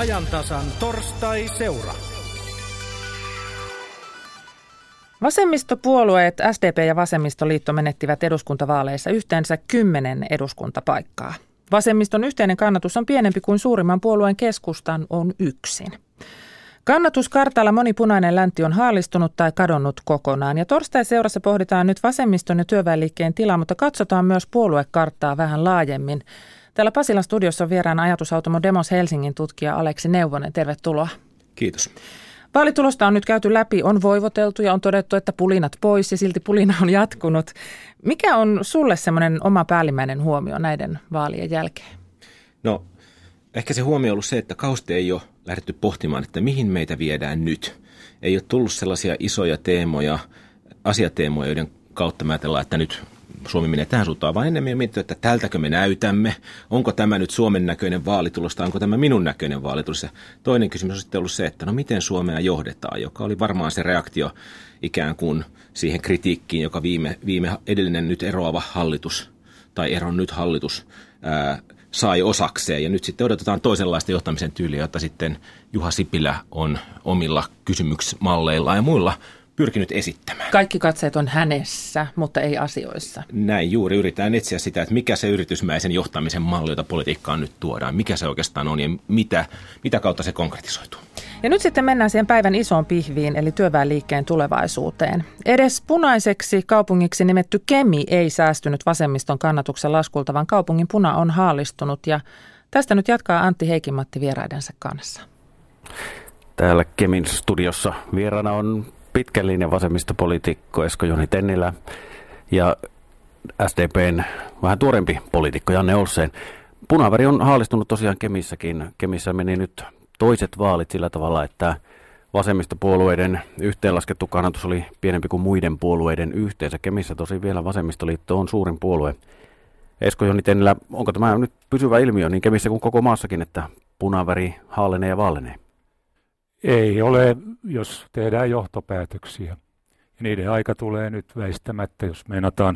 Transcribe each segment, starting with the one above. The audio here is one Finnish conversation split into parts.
Ajantasan torstai-seura. Vasemmistopuolueet SDP ja Vasemmistoliitto menettivät eduskuntavaaleissa yhteensä 10 eduskuntapaikkaa. Vasemmiston yhteinen kannatus on pienempi kuin suurimman puolueen Keskustan on yksin. Kannatuskartalla moni punainen läntti on haalistunut tai kadonnut kokonaan. Ja torstai-seurassa pohditaan nyt vasemmiston ja työväenliikkeen tilaa, mutta katsotaan myös puoluekarttaa vähän laajemmin. Täällä Pasilan studiossa on vieraana Ajatusautomo Demos Helsingin tutkija Aleksi Neuvonen. Tervetuloa. Kiitos. Vaalitulosta on nyt käyty läpi, on voivoteltu ja on todettu, että pulinat pois ja silti pulina on jatkunut. Mikä on sulle semmoinen oma päällimmäinen huomio näiden vaalien jälkeen? No ehkä se huomio on ollut se, että kauheasti ei ole lähdetty pohtimaan, että mihin meitä viedään nyt. Ei ole tullut sellaisia isoja teemoja, asiateemoja, joiden kautta me ajatellaan, että nyt Suomi menee tähän suuntaan, vaan enemmän mietitty, että tältäkö me näytämme, onko tämä nyt Suomen näköinen vaalitulos tai onko tämä minun näköinen vaalitulos. Ja toinen kysymys on sitten ollut se, että no miten Suomea johdetaan, joka oli varmaan se reaktio ikään kuin siihen kritiikkiin, joka viime edellinen nyt eroava hallitus tai eronnut hallitus sai osakseen. Ja nyt sitten odotetaan toisenlaista johtamisen tyyliä, jota sitten Juha Sipilä on omilla kysymysmalleilla ja muilla pyrkinyt esittämään. Kaikki katseet on hänessä, mutta ei asioissa. Näin juuri yritetään etsiä sitä, että mikä se yritysmäisen johtamisen malli, jota politiikkaan nyt tuodaan, mikä se oikeastaan on ja mitä kautta se konkretisoituu. Ja nyt sitten mennään siihen päivän isoon pihviin, eli työväenliikkeen tulevaisuuteen. Edes punaiseksi kaupungiksi nimetty Kemi ei säästynyt vasemmiston kannatuksen laskulta, vaan kaupungin puna on haalistunut. Ja tästä nyt jatkaa Antti Heikinmatti vieraidensa kanssa. Täällä Kemin studiossa vieraana on pitkän linjan vasemmistopoliitikko Esko-Joni Tennilä ja SDPn vähän tuorempi poliitikko Janne Olsen. Punaväri on haalistunut tosiaan Kemissäkin. Kemissä meni nyt toiset vaalit sillä tavalla, että vasemmistopuolueiden yhteenlaskettu kannatus oli pienempi kuin muiden puolueiden yhteensä. Kemissä tosi vielä vasemmistoliitto on suurin puolue. Esko-Joni Tennilä, onko tämä nyt pysyvä ilmiö niin Kemissä kuin koko maassakin, että punaväri haalenee ja vaalenee? Ei ole, jos tehdään johtopäätöksiä. Ja niiden aika tulee nyt väistämättä, jos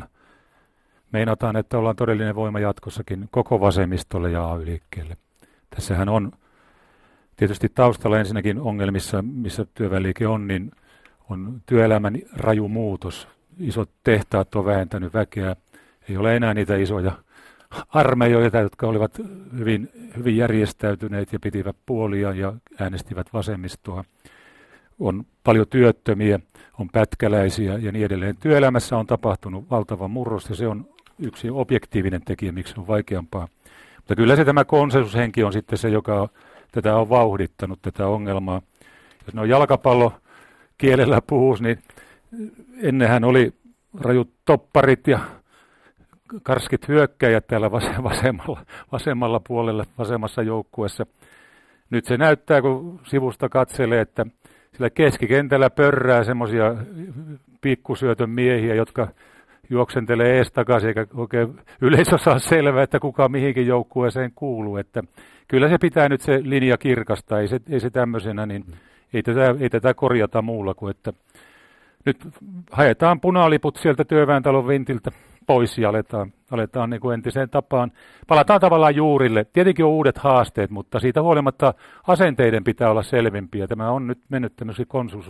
meinataan, että ollaan todellinen voima jatkossakin koko vasemmistolle ja AY-liikkeelle. Tässähän on tietysti taustalla ensinnäkin ongelmissa, missä työväenliike on, niin on työelämän raju muutos. Isot tehtaat on vähentänyt väkeä. Ei ole enää niitä isoja armeijoita, jotka olivat hyvin järjestäytyneet ja pitivät puolia ja äänestivät vasemmistoa. On paljon työttömiä, on pätkäläisiä ja niin edelleen. Työelämässä on tapahtunut valtava murros ja se on yksi objektiivinen tekijä, miksi on vaikeampaa. Mutta kyllä se tämä konsensushenki on sitten se, joka tätä on vauhdittanut, tätä ongelmaa. Jos ne on jalkapallokielellä puhuisi, niin ennenhän oli rajut topparit ja karskit hyökkäjät täällä vasemmalla puolella, vasemmassa joukkueessa. Nyt se näyttää, kun sivusta katselee, että sillä keskikentällä pörrää semmoisia pikkusyötön miehiä, jotka juoksentelee ees takaisin, eikä oikein yleisö saa selvää, että kuka mihinkin joukkueeseen kuuluu. Että kyllä se pitää nyt se linja kirkastaa, ei se tämmöisenä, niin ei tätä korjata muulla kuin, että nyt haetaan punaliput sieltä työväentalon vintiltä pois ja aletaan niin kuin entiseen tapaan. Palataan tavallaan juurille. Tietenkin on uudet haasteet, mutta siitä huolimatta asenteiden pitää olla selvempiä. Tämä on nyt mennyt tämmöisen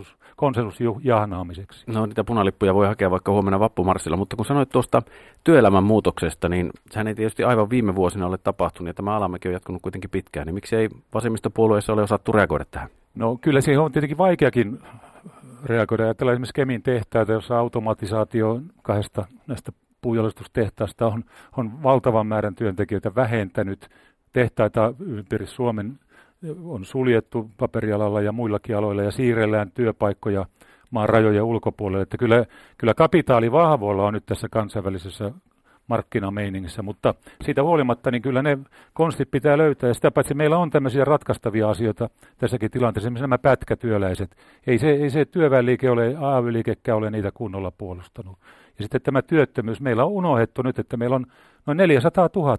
konsensusjahnaamiseksi. No niitä punalippuja voi hakea vaikka huomenna vappumarssilla, mutta kun sanoit tuosta työelämän muutoksesta, niin sehän ei tietysti aivan viime vuosina ole tapahtunut ja tämä alamäki on jatkunut kuitenkin pitkään. Niin miksi ei vasemmistopuolueessa ole osattu reagoida tähän? No kyllä siihen on tietenkin vaikeakin reagoida. Ajatellaan esimerkiksi Kemin tehtaita, jossa automatisaatio kahdesta näistä puunjalostustehtaasta on valtavan määrän työntekijöitä vähentänyt. Tehtaita ympäri Suomen on suljettu paperialalla ja muillakin aloilla ja siirrellään työpaikkoja maan rajojen ulkopuolelle. Että kyllä kapitaali vahvoilla on nyt tässä kansainvälisessä markkinameiningissä, mutta siitä huolimatta niin kyllä ne konstit pitää löytää. Ja sitä paitsi meillä on tämmöisiä ratkaistavia asioita tässäkin tilanteessa, esimerkiksi nämä pätkätyöläiset. Ei se työväenliike ole, AY-liikekään ole niitä kunnolla puolustanut. Ja sitten tämä työttömyys, meillä on unohdettu nyt, että meillä on noin 400 000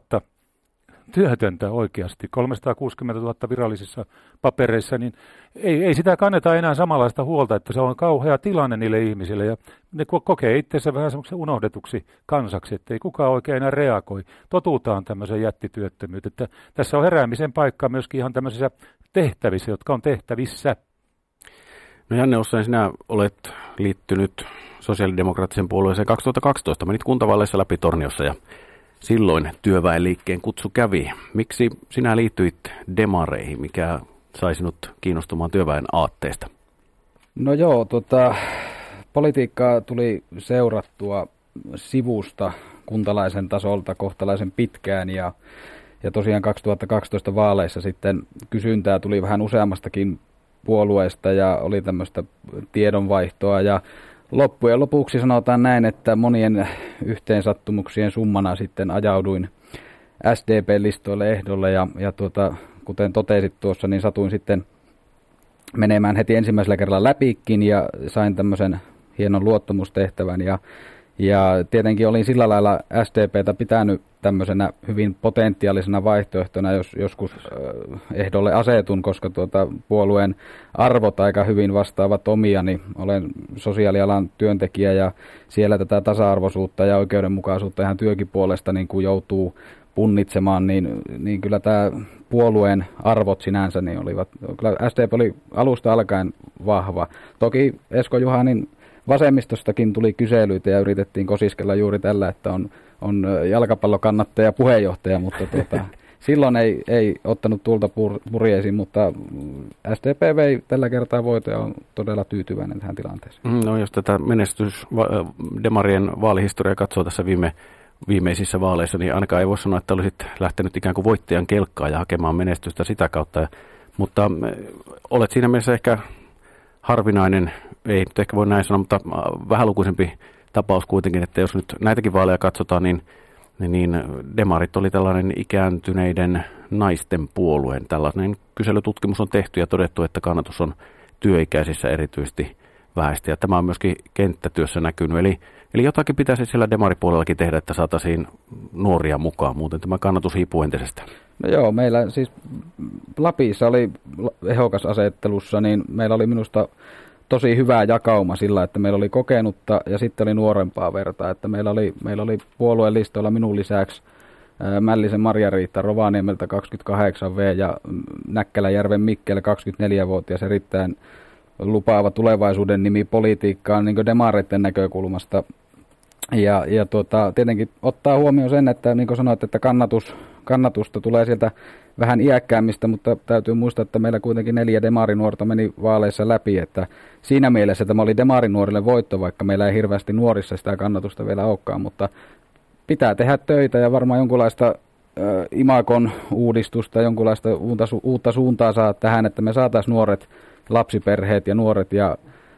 työtöntä oikeasti, 360 000 virallisissa papereissa, niin ei sitä kanneta enää samanlaista huolta, että se on kauhea tilanne niille ihmisille, ja ne kokee itsensä vähän semmoisen unohdetuksi kansaksi, että ei kukaan oikein enää reagoi. Totutaan tämmöiseen jättityöttömyyteen, että tässä on heräämisen paikka myöskin ihan tämmöisissä tehtävissä, jotka on tehtävissä. No Janne Olsson, sinä olet liittynyt sosiaalidemokraattisen puolueeseen 2012. Menit kuntavaaleissa läpi Torniossa ja silloin työväenliikkeen kutsu kävi. Miksi sinä liittyit demareihin? Mikä sai sinut kiinnostumaan työväen aatteesta? No joo, politiikkaa tuli seurattua sivusta kuntalaisen tasolta kohtalaisen pitkään ja tosiaan 2012 vaaleissa sitten kysyntää tuli vähän useammastakin puolueesta ja oli tämmöistä tiedonvaihtoa ja loppujen lopuksi sanotaan näin, että monien yhteensattumuksien summana sitten ajauduin SDP-listoille ehdolle ja kuten totesit tuossa, niin satuin sitten menemään heti ensimmäisellä kerralla läpikin ja sain tämmöisen hienon luottamustehtävän ja tietenkin olin sillä lailla SDPtä pitänyt tämmöisenä hyvin potentiaalisena vaihtoehtona, jos joskus ehdolle asetun, koska puolueen arvot aika hyvin vastaavat omia, niin olen sosiaalialan työntekijä ja siellä tätä tasa-arvoisuutta ja oikeudenmukaisuutta ihan työkin puolesta niin kuin joutuu punnitsemaan, niin kyllä tämä puolueen arvot sinänsä niin olivat, kyllä SDP oli alusta alkaen vahva. Toki Esko Juhanin vasemmistostakin tuli kyselyitä ja yritettiin kosiskella juuri tällä, että on jalkapallokannattaja puheenjohtaja, mutta silloin ei ottanut tuulta purjeisiin, mutta SDP vei tällä kertaa voito ja on todella tyytyväinen tähän tilanteeseen. No jos tätä demarien vaalihistoriaa katsoo tässä viimeisissä vaaleissa, niin ainakaan ei voi sanoa, että olisit lähtenyt ikään kuin voittajan kelkkaan ja hakemaan menestystä sitä kautta. Mutta olet siinä mielessä ehkä harvinainen, ei nyt ehkä voi näin sanoa, mutta vähälukuisempi tapaus kuitenkin, että jos nyt näitäkin vaaleja katsotaan, niin demarit oli tällainen ikääntyneiden naisten puolueen. Tällainen kyselytutkimus on tehty ja todettu, että kannatus on työikäisissä erityisesti vähäistä. Ja tämä on myöskin kenttätyössä näkynyt. Eli jotakin pitäisi siellä demaripuolellakin tehdä, että saataisiin nuoria mukaan. Muuten tämä kannatus hiipuu entisestä. No joo, meillä siis Lapissa oli ehdokasasettelussa, niin meillä oli minusta tosi hyvä jakauma sillä, että meillä oli kokenutta ja sitten oli nuorempaa vertaa. Että meillä oli puolueen listoilla minun lisäksi Mällisen Marja-Riitta Rovaniemeltä 28V ja Näkkäläjärven Mikkele 24-vuotias erittäin lupaava tulevaisuuden nimi politiikkaan niin kuin demareiden näkökulmasta. Ja tietenkin ottaa huomioon sen, että niin kuin sanoit, että kannatusta tulee sieltä vähän iäkkäämmistä, mutta täytyy muistaa, että meillä kuitenkin 4 demarinuorta meni vaaleissa läpi, että siinä mielessä tämä oli demarinuorille voitto, vaikka meillä ei hirveästi nuorissa sitä kannatusta vielä olekaan, mutta pitää tehdä töitä ja varmaan jonkunlaista imagon uudistusta, jonkunlaista uutta suuntaa saa tähän, että me saataisiin nuoret lapsiperheet ja nuoret ja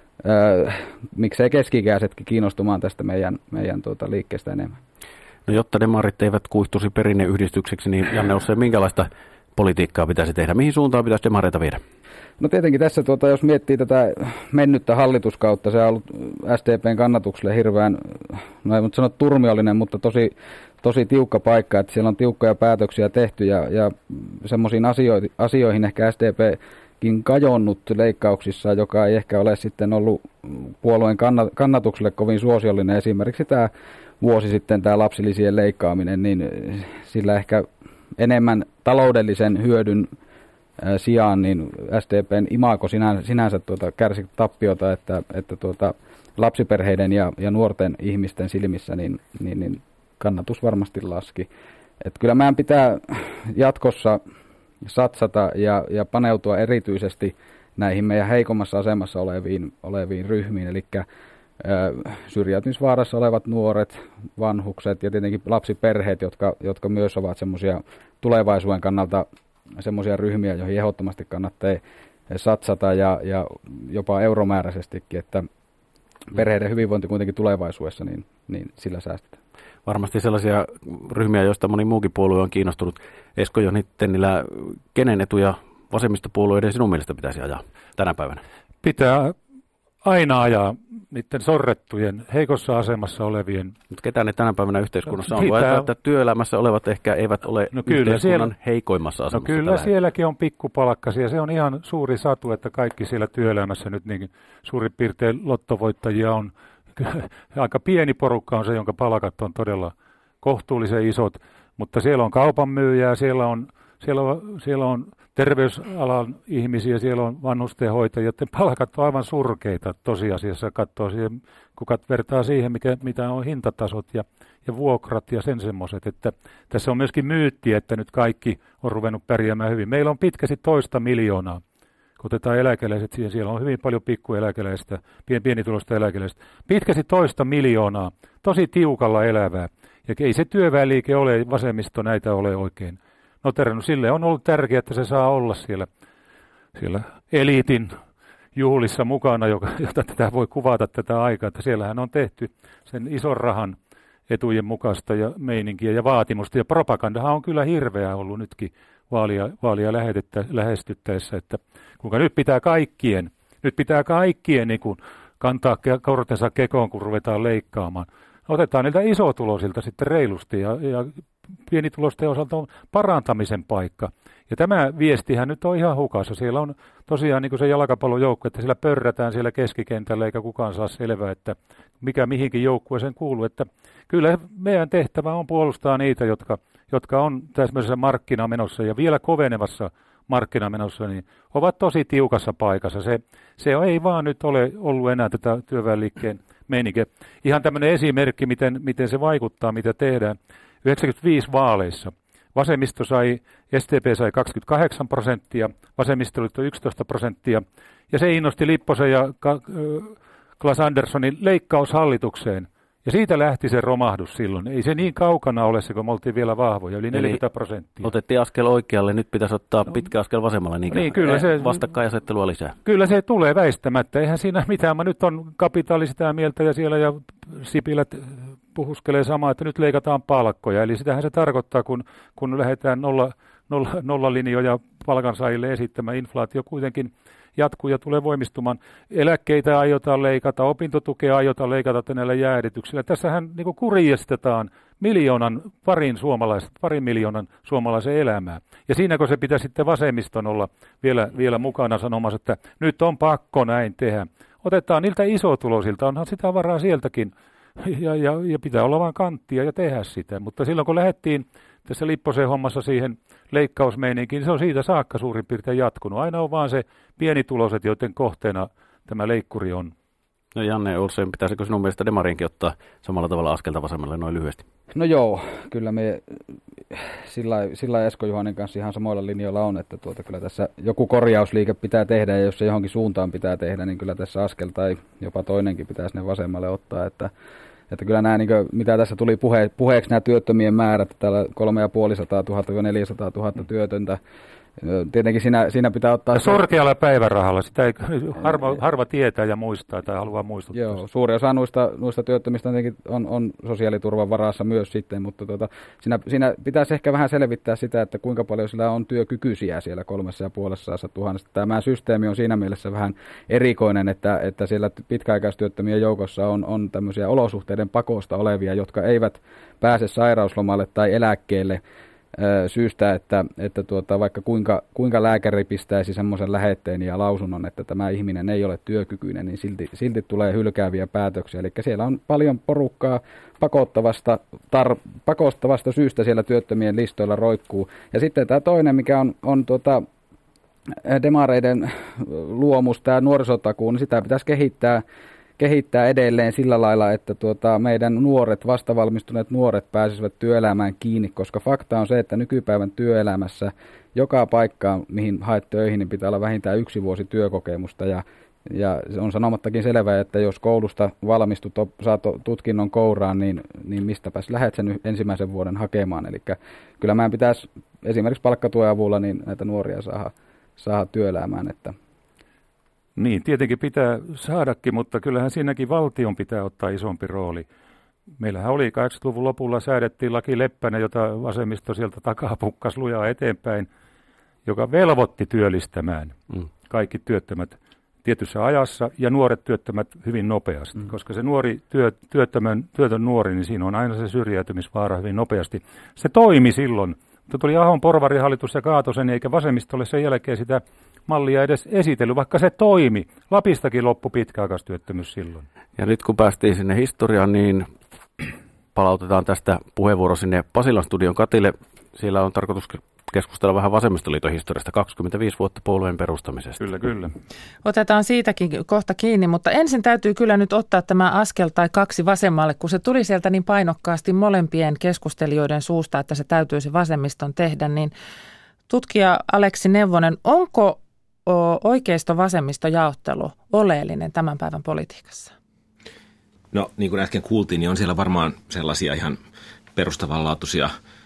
miksei keski-ikäisetkin kiinnostumaan tästä meidän liikkeestä enemmän. No jotta demarit eivät kuihtuisi perinneyhdistykseksi, niin Janne Olsson, minkälaista politiikkaa pitäisi tehdä? Mihin suuntaan pitäisi demareita viedä? No tietenkin tässä, jos miettii tätä mennyttä hallituskautta, se on ollut SDPn kannatukselle hirveän, no ei mutta sano turmiollinen, mutta tosi tiukka paikka, että siellä on tiukkoja päätöksiä tehty ja semmoisiin asioihin ehkä SDPkin kajonnut leikkauksissa, joka ei ehkä ole sitten ollut puolueen kannatukselle kovin suosiollinen. Esimerkiksi tämä vuosi sitten tämä lapsilisien leikkaaminen, niin sillä ehkä enemmän taloudellisen hyödyn sijaan niin SDPn imago sinänsä kärsi tappiota, että lapsiperheiden ja nuorten ihmisten silmissä niin kannatus varmasti laski. Että kyllä meidän pitää jatkossa satsata ja paneutua erityisesti näihin meidän heikommassa asemassa oleviin ryhmiin, eli syrjäytymisvaarassa olevat nuoret, vanhukset ja tietenkin lapsiperheet, jotka myös ovat semmoisia tulevaisuuden kannalta semmoisia ryhmiä, joihin ehdottomasti kannattaa satsata ja jopa euromääräisestikin, että perheiden hyvinvointi kuitenkin tulevaisuudessa, niin sillä säästetään. Varmasti sellaisia ryhmiä, joista moni muukin puolue on kiinnostunut. Esko Juhani-Tennilä, kenen etuja vasemmistopuolueiden sinun mielestä pitäisi ajaa tänä päivänä? Pitää aina ajaa niiden sorrettujen, heikossa asemassa olevien. Mutta ketä ne tänä päivänä yhteiskunnassa on? Voi että työelämässä olevat ehkä eivät ole yhteiskunnan heikoimmassa asemassa. No kyllä sielläkin on pikkupalkkaisia. Se on ihan suuri satu, että kaikki siellä työelämässä nyt niin suurin piirtein lottovoittajia on. Aika pieni porukka on se, jonka palkat on todella kohtuullisen isot, mutta siellä on kaupanmyyjää, siellä on terveysalan ihmisiä, siellä on vanhustenhoitajia, joiden palkat on aivan surkeita tosiasiassa, katsoo siihen, kuka vertaa siihen, mitä on hintatasot ja vuokrat ja sen semmoiset, että tässä on myöskin myytti, että nyt kaikki on ruvennut pärjäämään hyvin. Meillä on pitkästi 2 miljoonaa, kun otetaan eläkeläiset siihen, siellä on hyvin paljon pikkueläkeläistä, pienituloista eläkeläistä, pitkästi 2 miljoonaa, tosi tiukalla elävää, ja ei se työväenliike ole, vasemmisto näitä ole oikein noterannut. Sille on ollut tärkeää, että se saa olla siellä eliitin juhlissa mukana, jota tätä voi kuvata tätä aikaa, että siellähän on tehty sen ison rahan etujen mukaista ja meininkiä ja vaatimusta. Ja propagandahan on kyllä hirveää ollut nytkin vaalia lähestyttäessä, että kuinka nyt pitää kaikkien niin kuin kantaa kortensa kekoon, kun ruvetaan leikkaamaan. Otetaan niiltä isotuloisilta sitten reilusti ja pienituloisten osalta on parantamisen paikka. Ja tämä viestihän nyt on ihan hukassa. Siellä on tosiaan niin kuin se jalkapallojoukko, että siellä pörrätään siellä keskikentällä eikä kukaan saa selvää, että mikä mihinkin joukkueeseen kuuluu. Että kyllä meidän tehtävä on puolustaa niitä, jotka on tämmöisessä markkinamenossa ja vielä kovenevassa markkinamenossa, niin ovat tosi tiukassa paikassa. Se ei vaan nyt ole ollut enää tätä työväenliikkeen meininkiä. Ihan tämmöinen esimerkki, miten se vaikuttaa, mitä tehdään. 95 vaaleissa vasemmisto SDP sai 28%, vasemmistoliitto 11%, ja se innosti Lipposen ja Claes Anderssonin leikkaushallitukseen. Ja siitä lähti se romahdus silloin. Ei se niin kaukana ole se, kun me oltiin vielä vahvoja, yli 40%. Otettiin askel oikealle, nyt pitäisi ottaa pitkä askel vasemmalle, niin kyllä se vastakkainasettelua lisää. Kyllä se tulee väistämättä. Eihän siinä mitään. Nyt on kapitaali sitä mieltä ja siellä ja Sipilät puhuskelee samaa, että nyt leikataan palkkoja. Eli sitähän se tarkoittaa, kun lähdetään nollalinjoja palkansaajille esittämään. Inflaatio kuitenkin jatkuu ja tulee voimistumaan. Eläkkeitä aiotaan leikata, opintotukea aiotaan leikata näillä jäädytyksillä. Tässähän niin kuin kurjistetaan parin miljoonan suomalaisen elämää. Ja siinäkö se pitää sitten vasemmiston olla vielä mukana sanomassa, että nyt on pakko näin tehdä. Otetaan niiltä isotuloisilta, onhan sitä varaa sieltäkin. Ja pitää olla vain kanttia ja tehdä sitä. Mutta silloin kun lähdettiin tässä Lipposen hommassa siihen leikkausmeininkiin, niin se on siitä saakka suurin piirtein jatkunut. Aina on vaan se pienituloiset, joiden kohteena tämä leikkuri on. No Janne Olsen, pitäisikö sinun mielestä Demariinkin ottaa samalla tavalla askelta vasemmalle noin lyhyesti? No joo, kyllä me sillä Esko Juhanin kanssa ihan samoilla linjoilla on, että kyllä tässä joku korjausliike pitää tehdä, ja jos se johonkin suuntaan pitää tehdä, niin kyllä tässä askel tai jopa toinenkin pitää sinne vasemmalle ottaa, että kyllä nämä, niin kuin, mitä tässä tuli puheeksi nämä työttömien määrät, täällä 350 000 – 400 000 työtöntä. Tietenkin siinä pitää ottaa... Sorkealla päivärahalla, sitä ei harva tietää ja muistaa tai haluaa muistuttaa. Joo, suuri osa noista työttömistä on sosiaaliturvan varassa myös sitten, mutta siinä pitäisi ehkä vähän selvittää sitä, että kuinka paljon sillä on työkykyisiä siellä 350 000. Tämä systeemi on siinä mielessä vähän erikoinen, että siellä pitkäaikaistyöttömien joukossa on tämmöisiä olosuhteiden pakosta olevia, jotka eivät pääse sairauslomalle tai eläkkeelle syystä, että vaikka kuinka lääkäri pistäisi semmoisen lähetteen ja lausunnon, että tämä ihminen ei ole työkykyinen, niin silti tulee hylkääviä päätöksiä. Eli siellä on paljon porukkaa pakottavasta syystä siellä työttömien listoilla roikkuu. Ja sitten tämä toinen, mikä on demareiden luomus, tämä nuorisotakuu, niin sitä pitäisi kehittää edelleen sillä lailla, että meidän vastavalmistuneet nuoret pääsisivät työelämään kiinni, koska fakta on se, että nykypäivän työelämässä joka paikkaan, mihin haet töihin, niin pitää olla vähintään 1 vuosi työkokemusta, ja on sanomattakin selvää, että jos koulusta valmistut, saat tutkinnon kouraan, niin mistäpäs lähdet sen ensimmäisen vuoden hakemaan. Eli kyllä meidän pitäisi esimerkiksi palkkatuen avulla niin näitä nuoria saada työelämään, että niin, tietenkin pitää saadakin, mutta kyllähän siinäkin valtion pitää ottaa isompi rooli. Meillähän oli 80-luvun lopulla säädettiin laki Leppänen, jota vasemmisto sieltä takaa pukkasi lujaa eteenpäin, joka velvoitti työllistämään kaikki työttömät tietyssä ajassa ja nuoret työttömät hyvin nopeasti. Koska se työtön nuori, niin siinä on aina se syrjäytymisvaara hyvin nopeasti. Se toimi silloin. Mutta tuli Ahon porvarihallitus ja kaatoi sen, eikä vasemmistolle sen jälkeen sitä mallia edes esitellyt, vaikka se toimi. Lapistakin loppui pitkäaikaistyöttömyys silloin. Ja nyt kun päästiin sinne historiaan, niin palautetaan tästä puheenvuoro sinne Pasilan studion katille. Siellä on tarkoitus keskustella vähän vasemmistoliiton historiasta, 25 vuotta puolueen perustamisesta. Kyllä. Otetaan siitäkin kohta kiinni, mutta ensin täytyy kyllä nyt ottaa tämä askel tai kaksi vasemmalle, kun se tuli sieltä niin painokkaasti molempien keskustelijoiden suusta, että se täytyisi vasemmiston tehdä, niin tutkija Aleksi Neuvonen, onko oikeisto-vasemmisto-jaottelu oleellinen tämän päivän politiikassa? No niin kuin äsken kuultiin, niin on siellä varmaan sellaisia ihan perustavanlaatuisia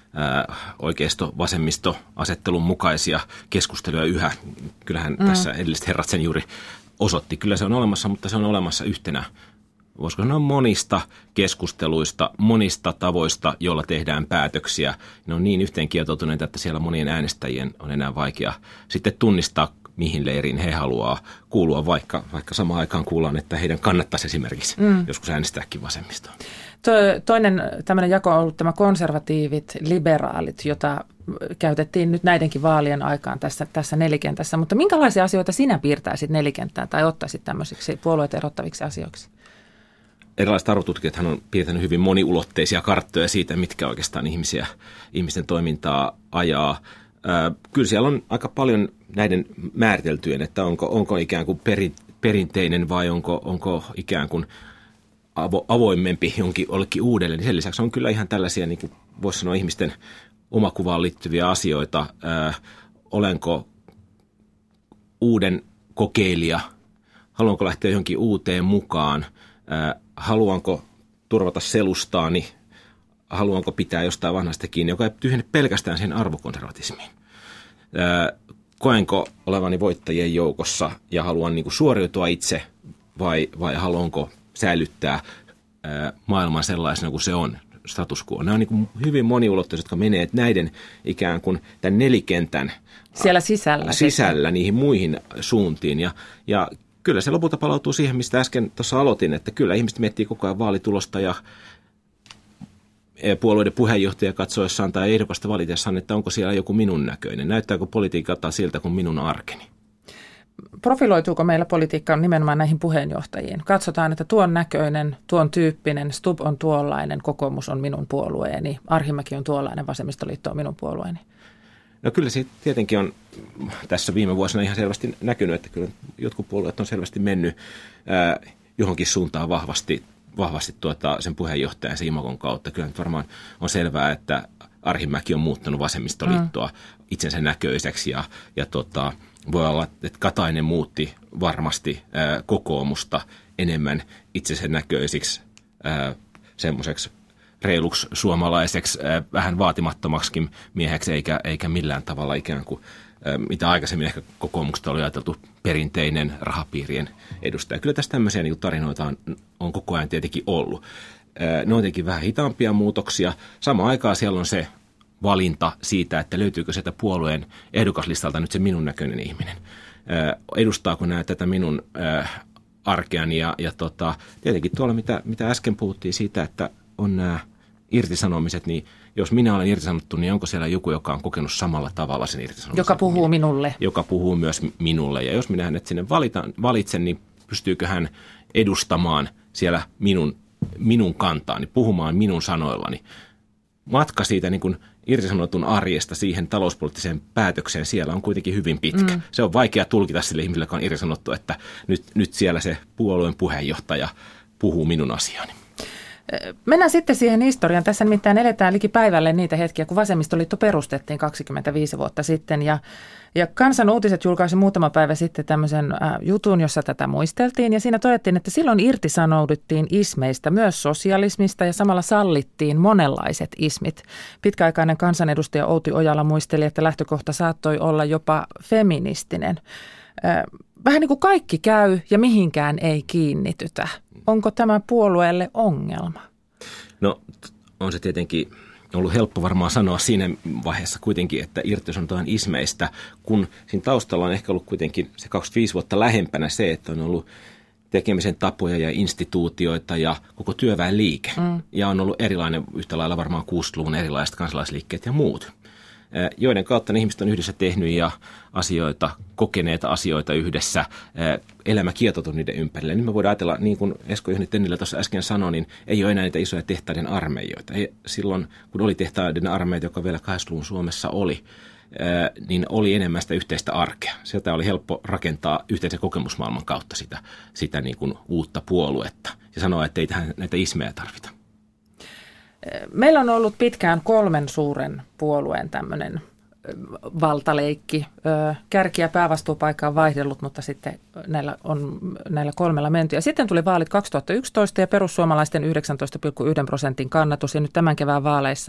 oikeisto-vasemmisto-asettelun mukaisia keskusteluja yhä. Kyllähän tässä edelliset herrat sen juuri osoitti. Kyllä se on olemassa, mutta se on olemassa yhtenä, voisiko sanoa monista keskusteluista, monista tavoista, joilla tehdään päätöksiä. Ne on niin yhteenkietoutuneita, että siellä monien äänestäjien on enää vaikea sitten tunnistaa, mihin leiriin he haluaa kuulua, vaikka samaan aikaan kuullaan, että heidän kannattaisi esimerkiksi joskus äänestääkin vasemmistoon. Toinen tämmöinen jako on ollut tämä konservatiivit, liberaalit, jota käytettiin nyt näidenkin vaalien aikaan tässä nelikentässä. Mutta minkälaisia asioita sinä piirtäisit nelikenttään tai ottaisit tämmöisiksi puolueet erottaviksi asioiksi? Erilaiset arvotutkijathan on piirtänyt hyvin moniulotteisia karttoja siitä, mitkä oikeastaan ihmisten toimintaa ajaa. Kyllä siellä on aika paljon näiden määriteltyjen, että onko ikään kuin perinteinen vai onko ikään kuin avoimempi jollekin uudelle. Sen lisäksi on kyllä ihan tällaisia, niin kuin voisi sanoa, ihmisten omakuvaan liittyviä asioita. Olenko uuden kokeilija? Haluanko lähteä johonkin uuteen mukaan? Haluanko turvata selustaani? Haluanko pitää jostain vanhasta kiinni, joka ei tyhjene pelkästään sen arvokonservatismiin? Koenko olevani voittajien joukossa ja haluan niin kuin suoriutua itse vai haluanko säilyttää maailman sellaisena kuin se on, status quo? Nämä on niin kuin hyvin moniulotteiset, jotka menee näiden ikään kuin tämän nelikentän siellä sisällä niihin muihin suuntiin. Ja kyllä se lopulta palautuu siihen, mistä äsken tuossa aloitin, että kyllä ihmiset miettii koko ajan vaalitulosta ja puolueiden puheenjohtaja katsoessaan tai ehdokasta valitessaan, että onko siellä joku minun näköinen. Näyttääkö politiikka siltä kuin minun arkeni? Profiloituuko meillä politiikka nimenomaan näihin puheenjohtajiin? Katsotaan, että tuon näköinen, tuon tyyppinen, Stubb on tuollainen, kokoomus on minun puolueeni, Arhinmäki on tuollainen, vasemmistoliitto on minun puolueeni. No kyllä se tietenkin on tässä viime vuosina ihan selvästi näkynyt, että kyllä jotkut puolueet on selvästi mennyt johonkin suuntaan vahvasti sen puheenjohtajan sen imagon kautta. Kyllä nyt varmaan on selvää, että Arhinmäki on muuttanut vasemmistoliittoa itsensä näköiseksi ja voi olla, että Katainen muutti varmasti kokoomusta enemmän itsensä näköisiksi semmoiseksi reiluksi suomalaiseksi, vähän vaatimattomaksikin mieheksi, eikä millään tavalla ikään kuin, mitä aikaisemmin ehkä kokoomuksesta oli ajateltu, perinteinen rahapiirien edustaja. Kyllä tässä tämmöisiä niin kuin tarinoita on koko ajan tietenkin ollut. Ne on tietenkin vähän hitaampia muutoksia. Samaan aikaan siellä on se valinta siitä, että löytyykö sieltä puolueen ehdokaslistalta nyt se minun näköinen ihminen. Edustaako nämä tätä minun arkeani ja tietenkin tuolla, mitä äsken puhuttiin siitä, että on nämä irtisanomiset, niin jos minä olen irtisanottu, niin onko siellä joku, joka on kokenut samalla tavalla sen irtisanomisen? Joka puhuu minulle. Joka puhuu myös minulle. Ja jos minä hänet sinne valitsen, niin pystyykö hän edustamaan siellä minun kantaani, puhumaan minun sanoillani. Matka siitä niin kuin irtisanotun arjesta siihen talouspoliittiseen päätökseen siellä on kuitenkin hyvin pitkä. Se on vaikea tulkita sille ihmiselle, joka on irtisanottu, että nyt siellä se puolueen puheenjohtaja puhuu minun asiani. Mennään sitten siihen historiaan. Tässä nimittäin eletään likipäivälle niitä hetkiä, kun vasemmistoliitto perustettiin 25 vuotta sitten. Ja Kansan Uutiset julkaisi muutama päivä sitten tämmöisen jutun, jossa tätä muisteltiin. Ja siinä todettiin, että silloin irtisanouduttiin ismeistä, myös sosialismista, ja samalla sallittiin monenlaiset ismit. Pitkäaikainen kansanedustaja Outi Ojala muisteli, että lähtökohta saattoi olla jopa feministinen. Vähän niin kuin kaikki käy ja mihinkään ei kiinnitytä. Onko tämä puolueelle ongelma? No on se tietenkin ollut helppo varmaan sanoa siinä vaiheessa kuitenkin, että irtisanotaan ismeistä, kun siinä taustalla on ehkä ollut kuitenkin se 25 vuotta lähempänä se, että on ollut tekemisen tapoja ja instituutioita ja koko työväenliike. Ja on ollut erilainen yhtä lailla varmaan 60-luvun erilaiset kansalaisliikkeet ja muut, joiden kautta ne ihmiset on yhdessä tehnyt ja kokeneita asioita yhdessä, elämä kietoutunut niiden ympärille. Nyt me voidaan ajatella, niin kuin Esko-Juhani Tennilä tuossa äsken sanoi, niin ei ole enää niitä isoja tehtaiden armeijoita. Silloin, kun oli tehtaiden armeija, joka vielä 80-luvun Suomessa oli, niin oli enemmän sitä yhteistä arkea. Sieltä oli helppo rakentaa yhteisen kokemusmaailman kautta sitä niin kuin uutta puoluetta ja sanoa, että ei tähän näitä ismejä tarvita. Meillä on ollut pitkään 3 suuren puolueen tämmöinen valtaleikki. Kärki- ja päävastuupaikka on vaihdellut, mutta sitten näillä 3 menty. Ja sitten tuli vaalit 2011 ja perussuomalaisten 19,1% kannatus ja nyt tämän kevään vaaleissa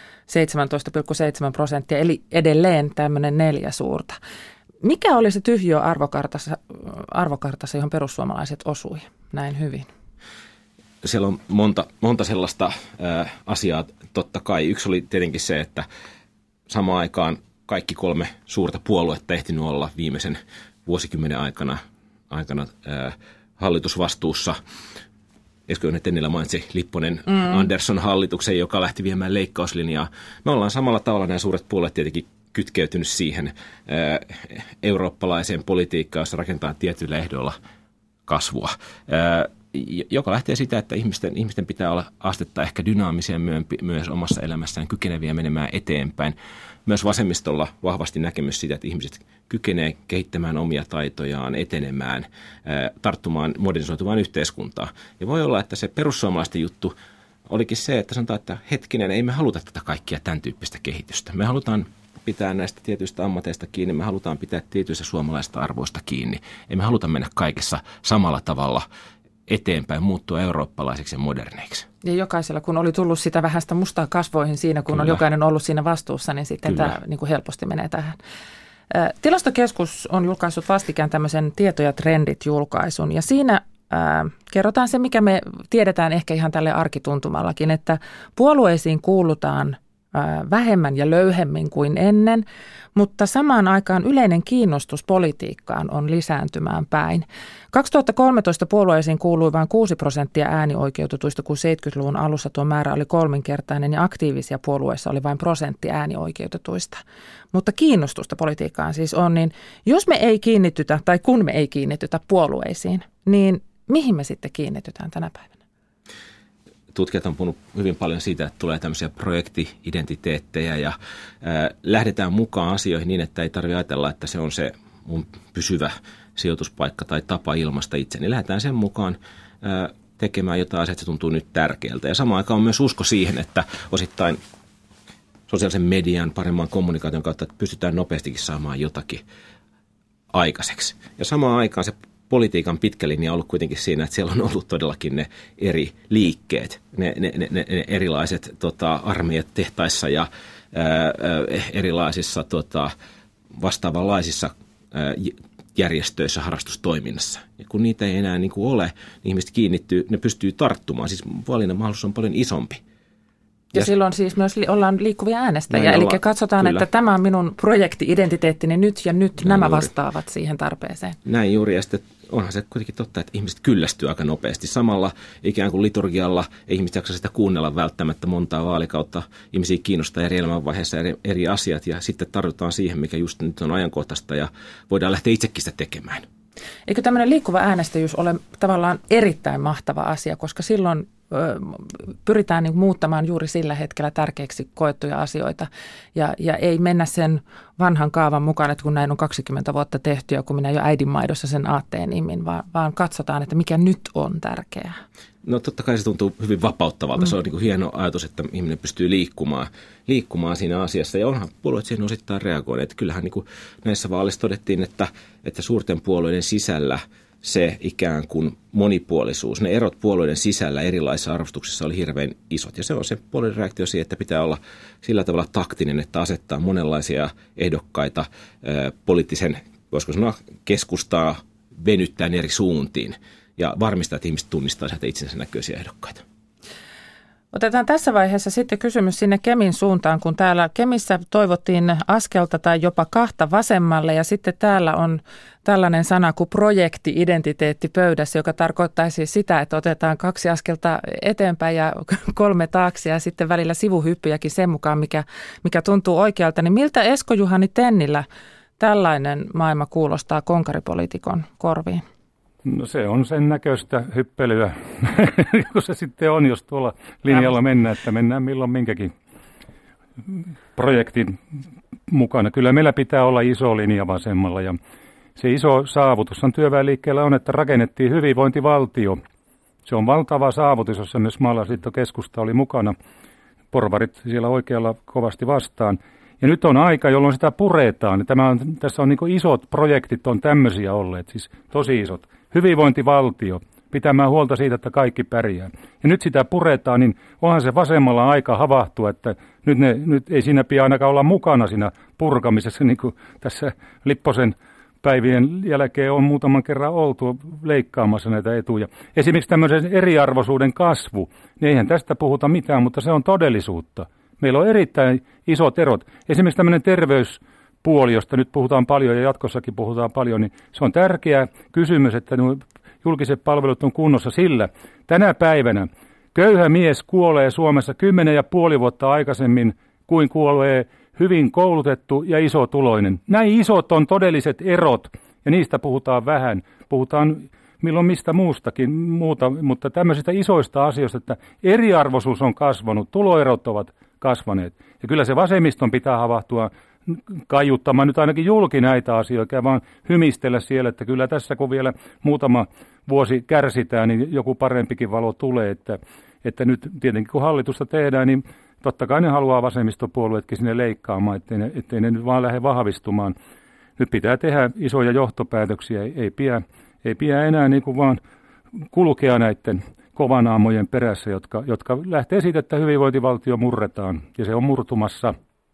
17,7%, eli edelleen tämmöinen 4 suurta. Mikä oli se tyhjiö arvokartassa, johon perussuomalaiset osui näin hyvin? Siellä on monta sellaista asiaa totta kai. Yksi oli tietenkin se, että samaan aikaan kaikki 3 suurta puoluetta ehtinyt olla viimeisen vuosikymmenen aikana hallitusvastuussa. Esko Tennilä mainitsi Lipponen Andersson hallituksen, joka lähti viemään leikkauslinjaa. Me ollaan samalla tavalla nämä suuret puolueet tietenkin kytkeytynyt siihen eurooppalaiseen politiikkaan, jossa rakentaa tietyillä ehdoilla kasvua. Joka lähtee sitä, että ihmisten pitää olla astetta ehkä dynaamisia myös omassa elämässään, kykeneviä menemään eteenpäin. Myös vasemmistolla vahvasti näkemys siitä, että ihmiset kykenevät kehittämään omia taitojaan, etenemään, tarttumaan modernisoituvaan yhteiskuntaan. Ja voi olla, että se perussuomalaisten juttu olikin se, että sanotaan, että hetkinen, ei me haluta tätä kaikkia tämän tyyppistä kehitystä. Me halutaan pitää näistä tietyistä ammateista kiinni, me halutaan pitää tietyistä suomalaisista arvoista kiinni. Ei me haluta mennä kaikessa samalla tavalla eteenpäin, muuttua eurooppalaiseksi ja moderneiksi. Ja jokaisella, kun oli tullut sitä vähän sitä mustaa kasvoihin siinä, kun on jokainen ollut siinä vastuussa, niin sitten tämä niin kuin helposti menee tähän. Tilastokeskus on julkaissut vastikään tämmöisen Tieto ja trendit -julkaisun, ja siinä kerrotaan se, mikä me tiedetään ehkä ihan tälle arkituntumallakin, että puolueisiin kuulutaan vähemmän ja löyhemmin kuin ennen, mutta samaan aikaan yleinen kiinnostus politiikkaan on lisääntymään päin. 2013 puolueisiin kuului vain 6% äänioikeutetuista, kun 70-luvun alussa tuo määrä oli 3-kertainen ja aktiivisia puolueissa oli vain 1% äänioikeutetuista. Mutta kiinnostusta politiikkaan siis on, niin jos me ei kiinnitytä tai kun me ei kiinnitytä puolueisiin, niin mihin me sitten kiinnitytään tänä päivänä? Tutkijat on puhunut hyvin paljon siitä, että tulee tämmöisiä projekti-identiteettejä ja lähdetään mukaan asioihin niin, että ei tarvitse ajatella, että se on se mun pysyvä sijoituspaikka tai tapa ilmaista itseni. Lähdetään sen mukaan tekemään jotain asiaa, että se tuntuu nyt tärkeältä. Ja samaan aikaan on myös usko siihen, että osittain sosiaalisen median paremman kommunikaation kautta että pystytään nopeastikin saamaan jotakin aikaiseksi. Ja samaan aikaan se politiikan pitkä linja on ollut kuitenkin siinä, että siellä on ollut todellakin ne eri liikkeet, ne erilaiset armeijat tehtaissa ja erilaisissa vastaavanlaisissa järjestöissä, harrastustoiminnassa. Ja kun niitä ei enää niin kuin ole, niin ihmiset kiinnittyy, ne pystyy tarttumaan. Siis valinnan mahdollisuus on paljon isompi. Ja silloin siis myös ollaan liikkuvia äänestäjiä, eli katsotaan, kyllä, että tämä on minun projekti-identiteettini nyt ja nyt näin nämä juuri vastaavat siihen tarpeeseen. Näin juuri, ja sitten onhan se kuitenkin totta, että ihmiset kyllästyy aika nopeasti. Samalla ikään kuin liturgialla ei ihmiset jaksa sitä kuunnella välttämättä montaa vaalikautta. Ihmisiä kiinnostaa eri elämänvaiheessa eri asiat, ja sitten tarvitaan siihen, mikä just nyt on ajankohtaista, ja voidaan lähteä itsekin sitä tekemään. Eikö tämmöinen liikkuva äänestäjyys ole tavallaan erittäin mahtava asia, koska silloin pyritään niin muuttamaan juuri sillä hetkellä tärkeäksi koettuja asioita ja ei mennä sen vanhan kaavan mukaan, että kun näin on 20 vuotta tehty ja kun minä jo äidinmaidossa sen aatteen imin, vaan katsotaan, että mikä nyt on tärkeää. No totta kai se tuntuu hyvin vapauttavalta. Se on niin kuin hieno ajatus, että ihminen pystyy liikkumaan siinä asiassa. Ja onhan puolueet siihen osittain reagoineet. Kyllähän niin kuin näissä vaaleissa todettiin, että suurten puolueiden sisällä se ikään kuin monipuolisuus, ne erot puolueiden sisällä erilaisissa arvostuksissa oli hirveän isot. Ja se on se puolueiden reaktio siihen, että pitää olla sillä tavalla taktinen, että asettaa monenlaisia ehdokkaita poliittisen, voisiko sanoa, keskustaa venyttäen eri suuntiin ja varmistaa, että ihmiset tunnistaa sieltä itsensä näköisiä ehdokkaita. Otetaan tässä vaiheessa sitten kysymys sinne Kemin suuntaan, kun täällä Kemissä toivottiin askelta tai jopa 2 vasemmalle ja sitten täällä on tällainen sana kuin projekti-identiteetti pöydässä, joka tarkoittaisi sitä, että otetaan 2 askelta eteenpäin ja 3 taakse ja sitten välillä sivuhyppyjäkin sen mukaan, mikä tuntuu oikealta. Niin miltä Esko-Juhani Tennilä tällainen maailma kuulostaa konkaripoliitikon korviin? No se on sen näköistä hyppelyä, kun se sitten on, jos tuolla linjalla mennään, että mennään milloin minkäkin projektin mukana. Kyllä meillä pitää olla iso linja vasemmalla ja se iso saavutus on työväenliikkeellä on, että rakennettiin hyvinvointivaltio. Se on valtava saavutus, jossa myös maalaisliitto-keskusta oli mukana. Porvarit siellä oikealla kovasti vastaan. Ja nyt on aika, jolloin sitä puretaan. Tässä on niin kuin isot projektit on tämmöisiä olleet, siis tosi isot. Hyvinvointivaltio, pitämään huolta siitä, että kaikki pärjää. Ja nyt sitä puretaan, niin onhan se vasemmalla aika havahtua, että nyt ei siinä pidä ainakaan olla mukana siinä purkamisessa, niin kuin tässä Lipposen päivien jälkeen on muutaman kerran oltu leikkaamassa näitä etuja. Esimerkiksi tämmöisen eriarvoisuuden kasvu, niin eihän tästä puhuta mitään, mutta se on todellisuutta. Meillä on erittäin isot erot. Esimerkiksi tämmöinen terveyspuoli, josta nyt puhutaan paljon ja jatkossakin puhutaan paljon, niin se on tärkeä kysymys, että julkiset palvelut on kunnossa sillä. Tänä päivänä köyhä mies kuolee Suomessa 10,5 vuotta aikaisemmin kuin kuolee hyvin koulutettu ja isotuloinen. Näin isot on todelliset erot ja niistä puhutaan vähän. Puhutaan milloin mistä muustakin, mutta tämmöisistä isoista asioista, että eriarvoisuus on kasvanut, tuloerot ovat kasvaneet. Ja kyllä se vasemmiston pitää havahtua kaiuttamaan nyt ainakin julki näitä asioita, vaan hymistellä siellä, että kyllä tässä kun vielä muutama vuosi kärsitään, niin joku parempikin valo tulee, että nyt tietenkin kun hallitusta tehdään, niin totta kai ne haluaa vasemmistopuolueetkin sinne leikkaamaan, ettei ne nyt vaan lähde vahvistumaan. Nyt pitää tehdä isoja johtopäätöksiä, ei pidä enää niin kuin vaan kulkea näiden kovanaamojen perässä, jotka lähtee siitä, että hyvinvointivaltio murretaan, ja se on murtumassa.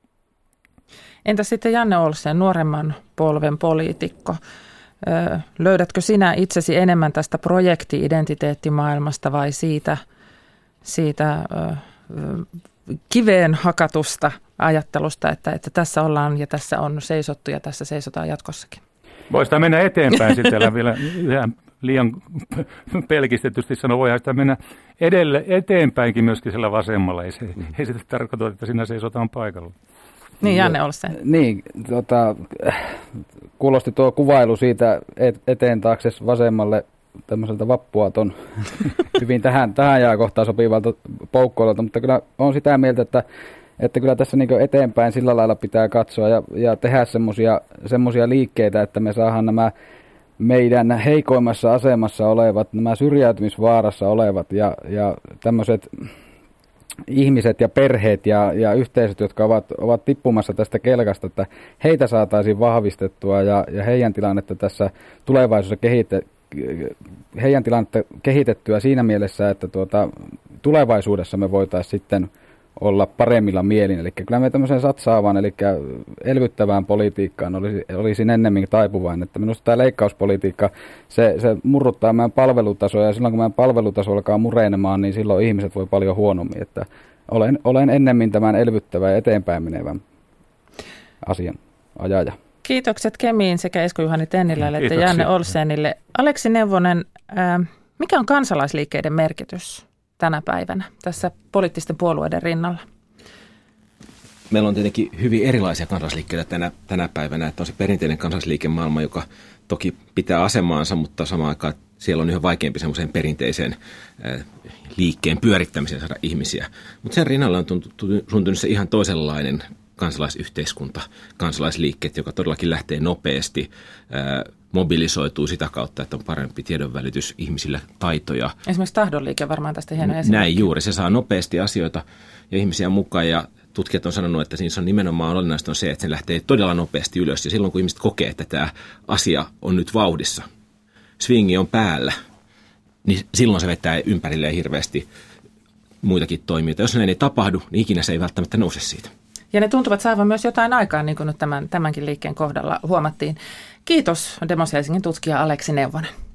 Entä sitten Janne Olsen, nuoremman polven poliitikko? Löydätkö sinä itsesi enemmän tästä projekti-identiteettimaailmasta vai siitä kiveen hakatusta ajattelusta, että tässä ollaan ja tässä on seisottu ja tässä seisotaan jatkossakin? Voisi mennä eteenpäin sitten vielä liian pelkistetysti sanoa, voihan sitä mennä eteenpäinkin myöskin sillä vasemmalla. Ei se tarkoita, että siinä seisotaan paikalla. Niin, Janne Olsen. Niin, kuulosti tuo kuvailu siitä eteen taakse vasemmalle tämmöiseltä vappuaton hyvin tähän ajankohtaan sopivalta poukkoilulta, mutta kyllä on sitä mieltä, että kyllä tässä niin eteenpäin sillä lailla pitää katsoa ja tehdä semmoisia liikkeitä, että me saadaan nämä meidän heikoimmassa asemassa olevat, nämä syrjäytymisvaarassa olevat ja tämmöiset ihmiset ja perheet ja yhteisöt, jotka ovat tippumassa tästä kelkasta, että heitä saataisiin vahvistettua ja heidän tilannetta tässä tulevaisuudessa heidän tilannetta kehitettyä siinä mielessä, että tulevaisuudessa me voitaisiin sitten olla paremmilla mielin. Eli kyllä me tämmöiseen satsaavaan, eli elvyttävään politiikkaan olisin ennemmin taipuvainen. Että minusta tämä leikkauspolitiikka, se murruttaa meidän palvelutasoa, ja silloin kun meidän palvelutaso alkaa murenemaan, niin silloin ihmiset voi paljon huonommin. Että olen ennemmin tämän elvyttävän ja eteenpäin menevän asian ajaja. Kiitokset Kemiin sekä Esko-Juhani Tennilälle että Janne Olsenille. Aleksi Neuvonen, mikä on kansalaisliikkeiden merkitys tänä päivänä tässä poliittisten puolueiden rinnalla? Meillä on tietenkin hyvin erilaisia kansalaisliikkeitä tänä päivänä. Että on se perinteinen kansalaisliikemaailma, joka toki pitää asemaansa, mutta samaan aikaan siellä on yhä vaikeampi semmoisen perinteisen liikkeen pyörittämiseen saada ihmisiä. Mutta sen rinnalla on tuntunut se ihan toisenlainen kansalaisyhteiskunta, kansalaisliikkeet, joka todellakin lähtee nopeasti, mobilisoituu sitä kautta, että on parempi tiedonvälitys ihmisillä, taitoja. Esimerkiksi tahdonliike varmaan tästä hieno esimerkki. Näin juuri, se saa nopeasti asioita ja ihmisiä mukaan ja tutkijat on sanonut, että siinä on nimenomaan olennaista on se, että se lähtee todella nopeasti ylös ja silloin kun ihmiset kokee, että tämä asia on nyt vauhdissa, swingi on päällä, niin silloin se vetää ympärilleen hirveästi muitakin toimijoita. Jos näin ei tapahdu, niin ikinä se ei välttämättä nouse siitä. Ja ne tuntuvat saavan myös jotain aikaa, niin kuin nyt tämänkin liikkeen kohdalla huomattiin. Kiitos Demos Helsingin tutkija Aleksi Neuvonen.